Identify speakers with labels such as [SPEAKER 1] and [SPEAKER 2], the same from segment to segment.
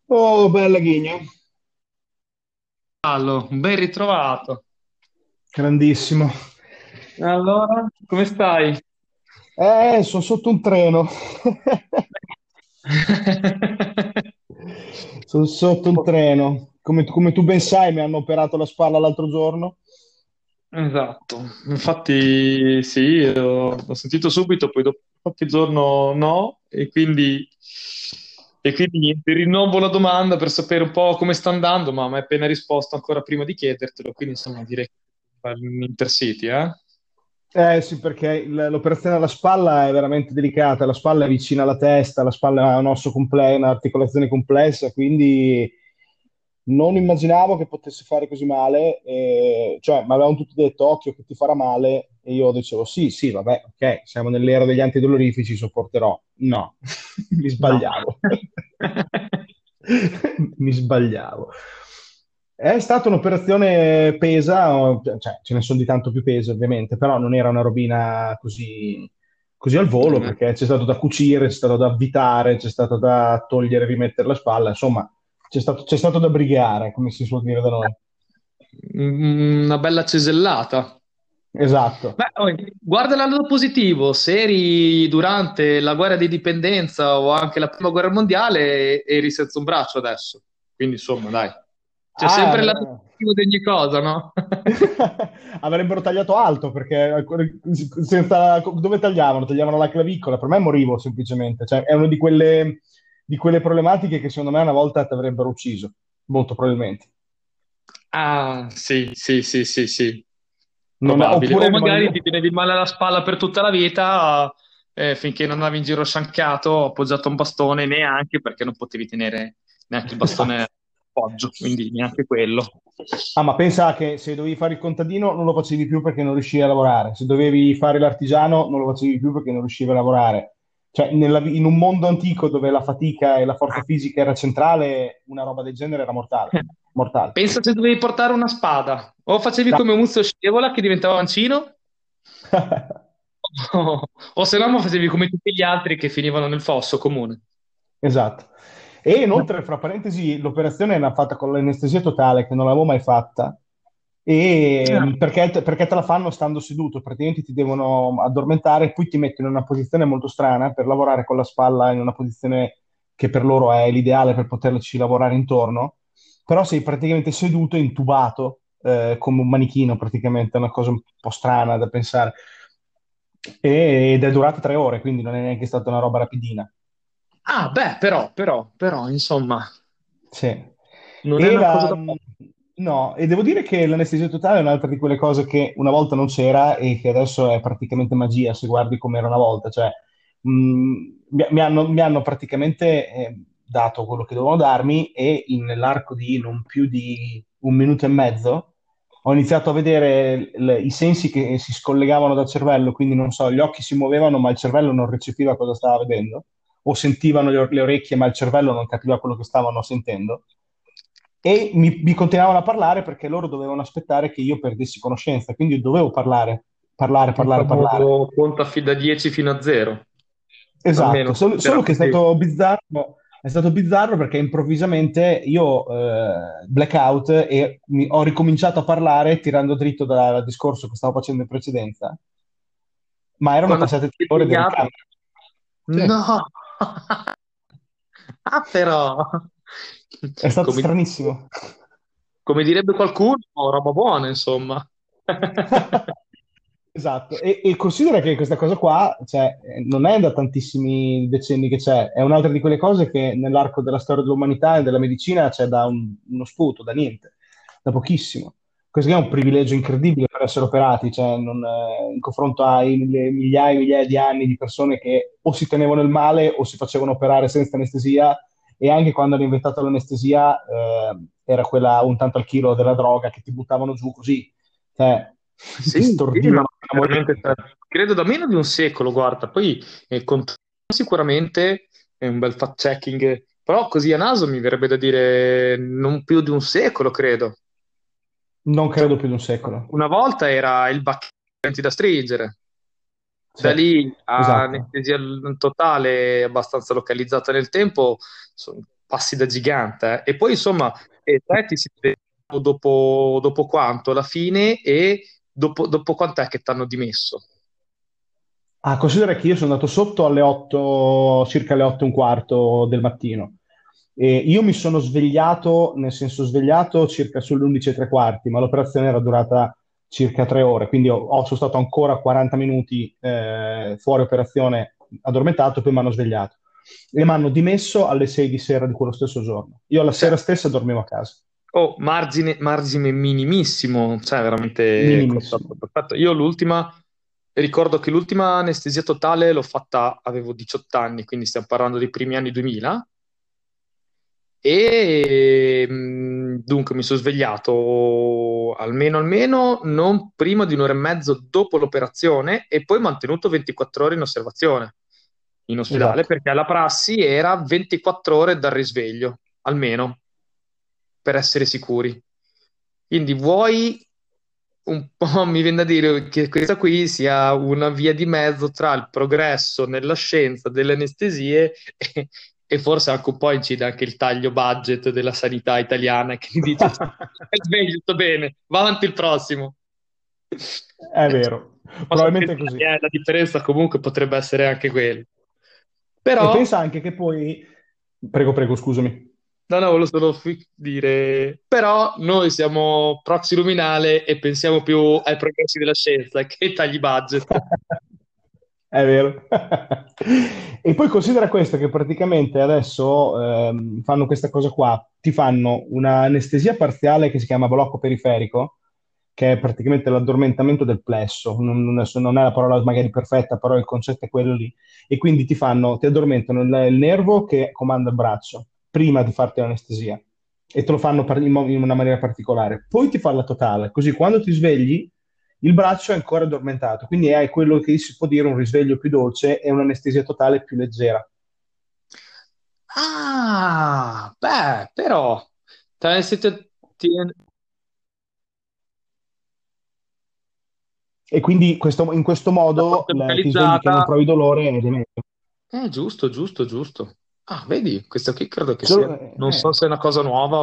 [SPEAKER 1] Oh, bella Ghigno,
[SPEAKER 2] Allo, ben ritrovato.
[SPEAKER 1] grandissimo.
[SPEAKER 2] Allora, come stai?
[SPEAKER 1] Sono sotto un treno. Sono sotto un treno. Come tu ben sai, mi hanno operato la spalla l'altro giorno.
[SPEAKER 2] Esatto, infatti sì, l'ho sentito subito, poi dopo qualche giorno no, e quindi niente, rinnovo la domanda per sapere un po' come sta andando, ma mi hai appena risposto ancora prima di chiedertelo, quindi insomma direi che fai un Intercity, eh?
[SPEAKER 1] Eh sì, perché l'operazione alla spalla è veramente delicata. La spalla è vicina alla testa, la spalla è un osso complesso, un'articolazione complessa, quindi non immaginavo che potesse fare così male. Cioè, mi avevano tutti detto, occhio che ti farà male, e io dicevo, sì, sì, vabbè, ok, siamo nell'era degli antidolorifici, sopporterò. No, mi
[SPEAKER 2] No.
[SPEAKER 1] sbagliavo. Mi sbagliavo. È stata un'operazione pesa, cioè ce ne sono di tanto più peso ovviamente, però non era una robina così al volo
[SPEAKER 2] Bene.
[SPEAKER 1] perché c'è stato da cucire, c'è stato da avvitare, c'è stato da togliere e rimettere la spalla, insomma c'è stato da brigare, come si suol dire da noi.
[SPEAKER 2] Una bella cesellata.
[SPEAKER 1] Esatto.
[SPEAKER 2] Beh, guarda il lato positivo, se eri durante la guerra di dipendenza o anche la prima guerra mondiale, eri senza un braccio adesso. Quindi insomma, dai, c'è sempre il lato
[SPEAKER 1] Ah,
[SPEAKER 2] positivo di ogni cosa, no?
[SPEAKER 1] avrebbero tagliato alto perché dove tagliavano? Tagliavano la clavicola. Per me morivo semplicemente. Cioè, è una di quelle problematiche che secondo me una volta ti avrebbero ucciso, molto probabilmente.
[SPEAKER 2] Ah, sì, sì, sì, sì, sì, probabile.
[SPEAKER 1] Oppure
[SPEAKER 2] O magari
[SPEAKER 1] rimanevi.
[SPEAKER 2] ti tenevi male alla spalla per tutta la vita, finché non andavi in giro sciancato, appoggiato a un bastone, neanche perché non potevi tenere neanche il bastone
[SPEAKER 1] Esatto.
[SPEAKER 2] appoggio, quindi neanche quello.
[SPEAKER 1] Ah, ma pensa che se dovevi fare il contadino non lo facevi più perché non riuscivi a lavorare, se dovevi fare l'artigiano non lo facevi più perché non riuscivi a lavorare. Cioè, in un mondo antico dove la fatica e la forza fisica era centrale, una roba del genere era mortale. Mortale.
[SPEAKER 2] Pensa se dovevi portare una spada, o facevi
[SPEAKER 1] No.
[SPEAKER 2] come Muzio Scevola che diventava mancino, o se no facevi come tutti gli altri che finivano nel fosso comune.
[SPEAKER 1] Esatto. E inoltre, fra parentesi, l'operazione era fatta con l'anestesia totale, che non l'avevo mai fatta, e
[SPEAKER 2] Ah,
[SPEAKER 1] perché te la fanno stando seduto, praticamente ti devono addormentare e poi ti mettono in una posizione molto strana per lavorare con la spalla in una posizione che per loro è l'ideale per poterci lavorare intorno, però sei praticamente seduto, intubato, come un manichino praticamente, è una cosa un po' strana da pensare. Ed è durata 3 ore, quindi non è neanche stata una roba rapidina.
[SPEAKER 2] beh, però, insomma,
[SPEAKER 1] Sì.
[SPEAKER 2] non è
[SPEAKER 1] E
[SPEAKER 2] una cosa
[SPEAKER 1] la,
[SPEAKER 2] da poco.
[SPEAKER 1] no, e devo dire che l'anestesia totale è un'altra di quelle cose che una volta non c'era e che adesso è praticamente magia se guardi come era una volta. Cioè, mi hanno praticamente dato quello che dovevano darmi e nell'arco di non più di un minuto e mezzo ho iniziato a vedere i sensi che si scollegavano dal cervello, quindi non so, gli occhi si muovevano ma il cervello non recepiva cosa stava vedendo o sentivano le orecchie, ma il cervello non capiva quello che stavano sentendo. E mi continuavano a parlare perché loro dovevano aspettare che io perdessi conoscenza, quindi io dovevo parlare, parlare,
[SPEAKER 2] Il
[SPEAKER 1] parlare, parlare.
[SPEAKER 2] famoso conta da 10 fino a 0,
[SPEAKER 1] Esatto,
[SPEAKER 2] almeno
[SPEAKER 1] solo
[SPEAKER 2] era
[SPEAKER 1] che
[SPEAKER 2] così.
[SPEAKER 1] è stato bizzarro perché improvvisamente io blackout e ho ricominciato a parlare tirando dritto dal discorso che stavo facendo in precedenza, ma erano
[SPEAKER 2] Quando ti
[SPEAKER 1] passate tre
[SPEAKER 2] sei
[SPEAKER 1] ore di
[SPEAKER 2] svegliato?
[SPEAKER 1] ricambio. Sì,
[SPEAKER 2] No! Ah, però,
[SPEAKER 1] è stato
[SPEAKER 2] come,
[SPEAKER 1] stranissimo.
[SPEAKER 2] come direbbe qualcuno, roba buona, insomma.
[SPEAKER 1] Esatto, e considera che questa cosa qua, cioè, non è da tantissimi decenni che c'è, è un'altra di quelle cose che nell'arco della storia dell'umanità e della medicina c'è da uno sputo, da niente, da pochissimo. Questo qui è un privilegio incredibile per essere operati, cioè, in confronto ai migliaia e migliaia di anni di persone che o si tenevano il male o si facevano operare senza anestesia e anche quando hanno inventato l'anestesia era quella un tanto al chilo della droga che ti buttavano giù così, cioè,
[SPEAKER 2] Sì,
[SPEAKER 1] ti
[SPEAKER 2] sì, ma
[SPEAKER 1] stordivano fino a
[SPEAKER 2] veramente,
[SPEAKER 1] morire.
[SPEAKER 2] credo da meno di un secolo, guarda, poi sicuramente è un bel fact-checking, però così a naso mi verrebbe da dire non più di un secolo, credo.
[SPEAKER 1] Non
[SPEAKER 2] Cioè,
[SPEAKER 1] credo più di un secolo.
[SPEAKER 2] una volta era il bacchetto da stringere,
[SPEAKER 1] Sì,
[SPEAKER 2] da lì a
[SPEAKER 1] esatto.
[SPEAKER 2] anestesia totale abbastanza localizzata nel tempo, passi da gigante. E poi insomma, te ti sei svegliato dopo quanto? Alla fine e dopo quant'è che ti hanno dimesso?
[SPEAKER 1] Ah, considera che io sono andato sotto alle 8, circa alle 8 e un quarto del mattino. E io mi sono svegliato, nel senso svegliato circa sulle 11 e tre quarti, ma l'operazione era durata circa 3 ore, quindi sono stato ancora 40 minuti fuori operazione addormentato, poi mi hanno svegliato. E mi hanno dimesso alle 6 di sera di quello stesso giorno. Io alla
[SPEAKER 2] Cioè,
[SPEAKER 1] sera stessa dormivo a casa,
[SPEAKER 2] oh, margine minimissimo, cioè veramente contatto
[SPEAKER 1] minimissimo.
[SPEAKER 2] perfetto. Ricordo che l'ultima anestesia totale l'ho fatta, avevo 18 anni, quindi stiamo parlando dei primi anni 2000. E dunque mi sono svegliato almeno non prima di un'ora e mezzo dopo l'operazione e poi mantenuto 24 ore in osservazione in ospedale
[SPEAKER 1] Esatto.
[SPEAKER 2] perché la prassi era 24 ore dal risveglio, almeno, per essere sicuri. Quindi vuoi un po', mi viene da dire che questa qui sia una via di mezzo tra il progresso nella scienza delle anestesie e forse anche un po' incide anche il taglio budget della sanità italiana che mi dice è sveglio, sto bene, va avanti il prossimo.
[SPEAKER 1] È vero,
[SPEAKER 2] Posso
[SPEAKER 1] probabilmente è così.
[SPEAKER 2] pensare, la differenza comunque potrebbe essere anche quella.
[SPEAKER 1] E
[SPEAKER 2] Però
[SPEAKER 1] pensa anche che poi... Prego, prego, scusami.
[SPEAKER 2] no, no, volevo solo dire, però noi siamo proxy luminale e pensiamo più ai progressi della scienza che ai tagli budget.
[SPEAKER 1] È vero. E poi considera questo, che praticamente adesso fanno questa cosa qua, ti fanno un'anestesia parziale che si chiama blocco periferico, che è praticamente l'addormentamento del plesso, non è la parola magari perfetta, però il concetto è quello lì, e quindi ti addormentano il nervo che comanda il braccio, prima di farti l'anestesia, e te lo fanno in una maniera particolare. Poi ti fanno la totale, così quando ti svegli il braccio è ancora addormentato, quindi hai quello che si può dire un risveglio più dolce e un'anestesia totale più leggera.
[SPEAKER 2] Ah, beh, però, tra le situ- ti-
[SPEAKER 1] E quindi in questo
[SPEAKER 2] la
[SPEAKER 1] modo
[SPEAKER 2] parte
[SPEAKER 1] ti svegli che non
[SPEAKER 2] localizzata.
[SPEAKER 1] provi dolore ed è meglio.
[SPEAKER 2] Giusto, giusto, giusto. Ah, vedi, questo qui credo che sia,
[SPEAKER 1] Solo-
[SPEAKER 2] non so se è una cosa nuova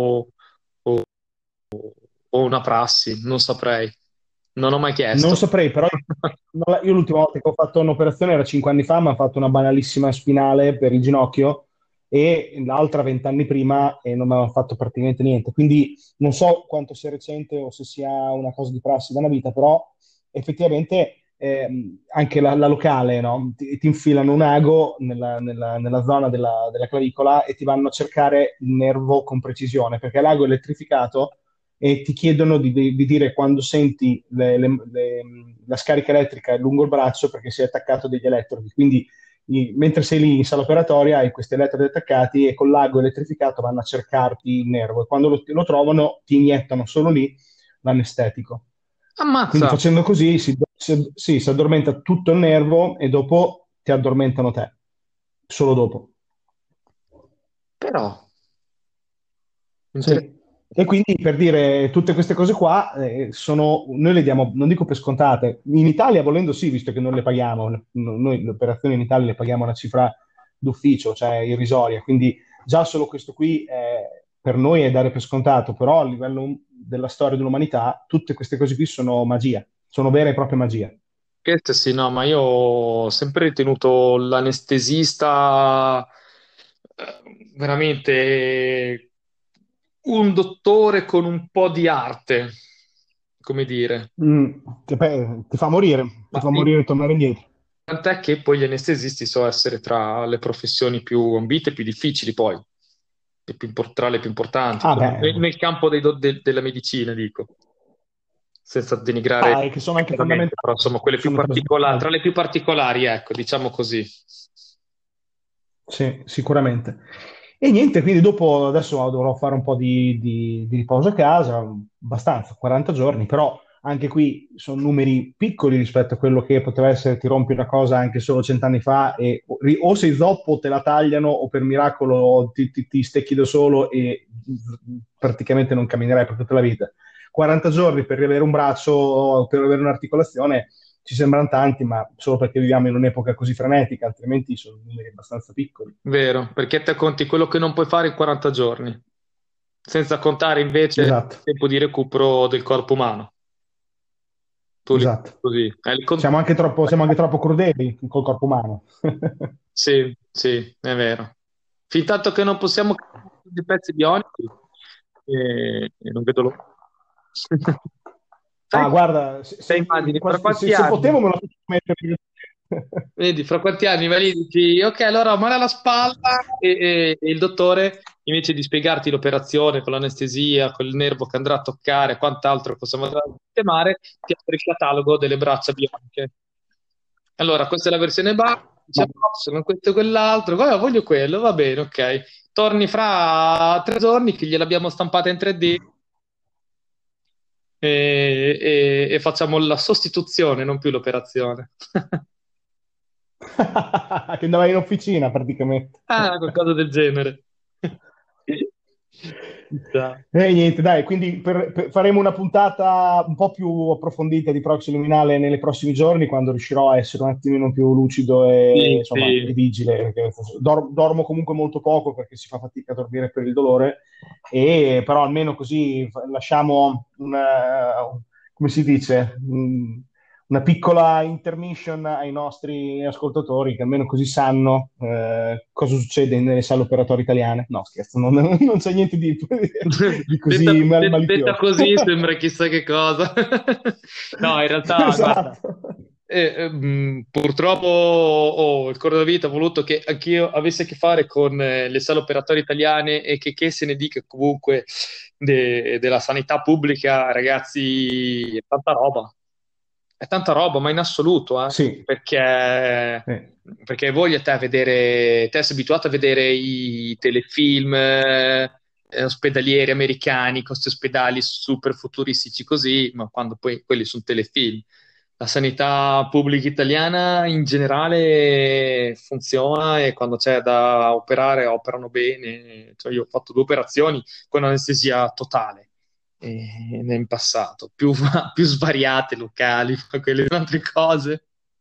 [SPEAKER 2] o una prassi, non saprei. Non ho mai
[SPEAKER 1] non
[SPEAKER 2] chiesto.
[SPEAKER 1] saprei, però io l'ultima volta che ho fatto un'operazione era 5 anni fa, mi ha fatto una banalissima spinale per il ginocchio e l'altra 20 anni prima e non mi aveva fatto praticamente niente. Quindi non so quanto sia recente o se sia una cosa di prassi da una vita, però effettivamente anche la locale, no? Ti infilano un ago nella zona della clavicola e ti vanno a cercare il nervo con precisione, perché l'ago è elettrificato e ti chiedono di dire quando senti la scarica elettrica lungo il braccio perché sei attaccato degli elettrodi. Quindi mentre sei lì in sala operatoria hai questi elettrodi attaccati e con l'ago elettrificato vanno a cercarti il nervo e quando lo trovano ti iniettano solo lì l'anestetico. Quindi
[SPEAKER 2] Ammazza,
[SPEAKER 1] facendo così si addormenta tutto il nervo e dopo ti addormentano te, solo dopo.
[SPEAKER 2] però, interessante.
[SPEAKER 1] Sì. E quindi per dire tutte queste cose qua noi le diamo, non dico per scontate, in Italia volendo sì, visto che non le paghiamo, noi le operazioni in Italia le paghiamo una cifra d'ufficio, cioè irrisoria, quindi già solo questo qui per noi è dare per scontato, però a livello della storia dell'umanità tutte queste cose qui sono magia, sono vera e propria magia.
[SPEAKER 2] Questo sì, no, ma io ho sempre ritenuto l'anestesista veramente un dottore con un po' di arte, come dire.
[SPEAKER 1] Ti
[SPEAKER 2] Ma
[SPEAKER 1] fa morire e tornare indietro.
[SPEAKER 2] tant'è che poi gli anestesisti so essere tra le professioni più ambite e più difficili poi, tra le più importanti,
[SPEAKER 1] Ah beh,
[SPEAKER 2] nel campo della medicina, dico, senza denigrare
[SPEAKER 1] e che sono anche
[SPEAKER 2] veramente, però
[SPEAKER 1] fondamentali,
[SPEAKER 2] insomma quelle più
[SPEAKER 1] sono
[SPEAKER 2] particolari, tra
[SPEAKER 1] trasversali.
[SPEAKER 2] le più particolari, ecco, diciamo così.
[SPEAKER 1] Sì, sicuramente. E niente, quindi dopo adesso dovrò fare un po' di riposo a casa, abbastanza, 40 giorni, però anche qui sono numeri piccoli rispetto a quello che poteva essere ti rompi una cosa anche solo 100 anni fa e o sei zoppo te la tagliano o per miracolo ti stecchi da solo e praticamente non camminerai per tutta la vita. 40 giorni per riavere un braccio o per avere un'articolazione ci sembrano tanti, ma solo perché viviamo in un'epoca così frenetica, altrimenti sono numeri abbastanza piccoli.
[SPEAKER 2] Vero, perché te conti quello che non puoi fare in 40 giorni, senza contare invece il
[SPEAKER 1] Esatto,
[SPEAKER 2] tempo di recupero del corpo umano. Tu li
[SPEAKER 1] esatto.
[SPEAKER 2] così. È il
[SPEAKER 1] Siamo anche troppo crudeli col corpo umano.
[SPEAKER 2] Sì, sì, è vero. Fin tanto che non possiamo creare dei pezzi bionici, non vedo l'ora. Sai,
[SPEAKER 1] Ah, guarda,
[SPEAKER 2] te immagini, fra quanti
[SPEAKER 1] se
[SPEAKER 2] anni?
[SPEAKER 1] potevo me lo faccio mettere.
[SPEAKER 2] Vedi, fra quanti anni vai lì e dici, ok, allora ho male alla spalla e il dottore, invece di spiegarti l'operazione con l'anestesia, con il nervo che andrà a toccare, e quant'altro cosa andrà a sistemare, ti apre il catalogo delle braccia bioniche. Allora, questa è la versione base, c'è
[SPEAKER 1] Ma,
[SPEAKER 2] l'option, questo e quell'altro, voglio quello, va bene, ok. Torni fra 3 giorni che gliel'abbiamo stampata in 3D e facciamo la sostituzione, non più l'operazione.
[SPEAKER 1] che andava in officina praticamente.
[SPEAKER 2] Ah, qualcosa del genere. Chissà.
[SPEAKER 1] E niente, dai, quindi faremo una puntata un po' più approfondita di Proxy Luminale nei prossimi giorni, quando riuscirò a essere un attimino più lucido e,
[SPEAKER 2] Sì,
[SPEAKER 1] insomma, e
[SPEAKER 2] sì.
[SPEAKER 1] vigile, perché dormo comunque molto poco perché si fa fatica a dormire per il dolore, e però almeno così lasciamo come si dice, una piccola intermission ai nostri ascoltatori, che almeno così sanno cosa succede nelle sale operatorie italiane. No, scherzo, non c'è niente di
[SPEAKER 2] Detta,
[SPEAKER 1] così
[SPEAKER 2] detta
[SPEAKER 1] malizioso.
[SPEAKER 2] così sembra chissà che cosa. No, in realtà, guarda,
[SPEAKER 1] Esatto.
[SPEAKER 2] purtroppo il corso della vita ha voluto che anch'io avessi a che fare con le sale operatorie italiane e che se ne dica comunque della sanità pubblica, ragazzi, è tanta roba, ma in assoluto,
[SPEAKER 1] Sì.
[SPEAKER 2] perché voi a te vedere, te sei abituato a vedere i telefilm ospedalieri americani, con questi ospedali super futuristici così, ma quando poi quelli sono telefilm. La sanità pubblica italiana in generale funziona e quando c'è da operare operano bene. Cioè, io ho fatto 2 operazioni con anestesia totale in passato, più, più svariate locali, quelle altre cose.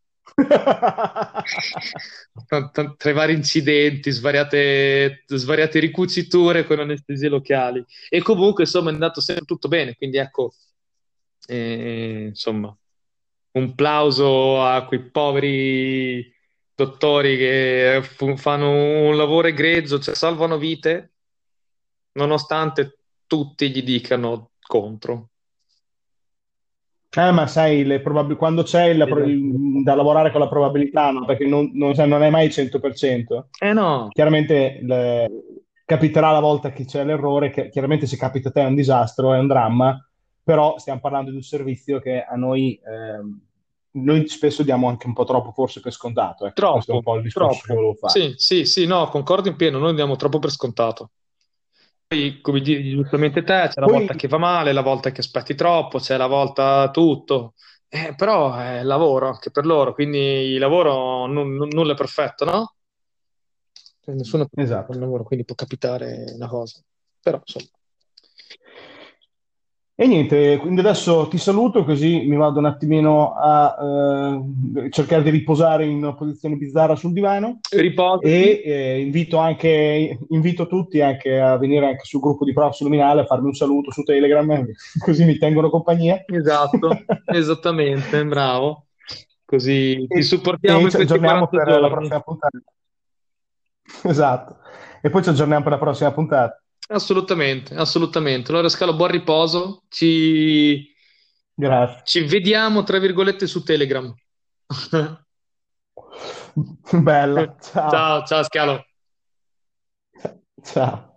[SPEAKER 2] Tra i vari incidenti, svariate ricuciture con anestesie locali. E comunque, insomma, è andato sempre tutto bene. Quindi, ecco, insomma, un plauso a quei poveri dottori che fanno un lavoro egregio, cioè salvano vite, nonostante tutti gli dicano contro.
[SPEAKER 1] Ma sai, quando c'è
[SPEAKER 2] Esatto.
[SPEAKER 1] da lavorare con la probabilità, no? Perché sai, non è mai il 100%.
[SPEAKER 2] Eh no,
[SPEAKER 1] Chiaramente capiterà la volta che c'è l'errore, che chiaramente se capita a te è un disastro, è un dramma, però stiamo parlando di un servizio che a noi spesso diamo anche un po' troppo forse per scontato. Ecco, questo è un
[SPEAKER 2] troppo,
[SPEAKER 1] po' il discorso che
[SPEAKER 2] troppo.
[SPEAKER 1] volevo fare.
[SPEAKER 2] Sì, sì, sì, no, concordo in pieno, noi diamo troppo per scontato. Poi, come dici giustamente te, c'è la
[SPEAKER 1] Poi,
[SPEAKER 2] volta che va male, la volta che aspetti troppo, c'è la volta tutto. Però è lavoro anche per loro, quindi il lavoro nulla è perfetto, no? Cioè, nessuno è perfetto al
[SPEAKER 1] esatto.
[SPEAKER 2] lavoro, quindi può capitare una cosa. Però, insomma,
[SPEAKER 1] E niente, quindi adesso ti saluto così mi vado un attimino a cercare di riposare in una posizione bizzarra sul divano
[SPEAKER 2] riposati.
[SPEAKER 1] e invito tutti anche a venire anche sul gruppo di Proxy Luminale a farmi un saluto su Telegram, così mi tengono compagnia.
[SPEAKER 2] Esatto, esattamente, bravo. Così ti supportiamo
[SPEAKER 1] E
[SPEAKER 2] in
[SPEAKER 1] ci
[SPEAKER 2] questi
[SPEAKER 1] aggiorniamo
[SPEAKER 2] 40
[SPEAKER 1] per la
[SPEAKER 2] giorni.
[SPEAKER 1] prossima puntata. Esatto. E poi ci aggiorniamo per la prossima puntata.
[SPEAKER 2] Assolutamente, assolutamente. Allora, Scalo, buon riposo.
[SPEAKER 1] Grazie.
[SPEAKER 2] Ci vediamo, tra virgolette, su Telegram.
[SPEAKER 1] Bella. Ciao.
[SPEAKER 2] Ciao, ciao, Scalo.
[SPEAKER 1] Ciao.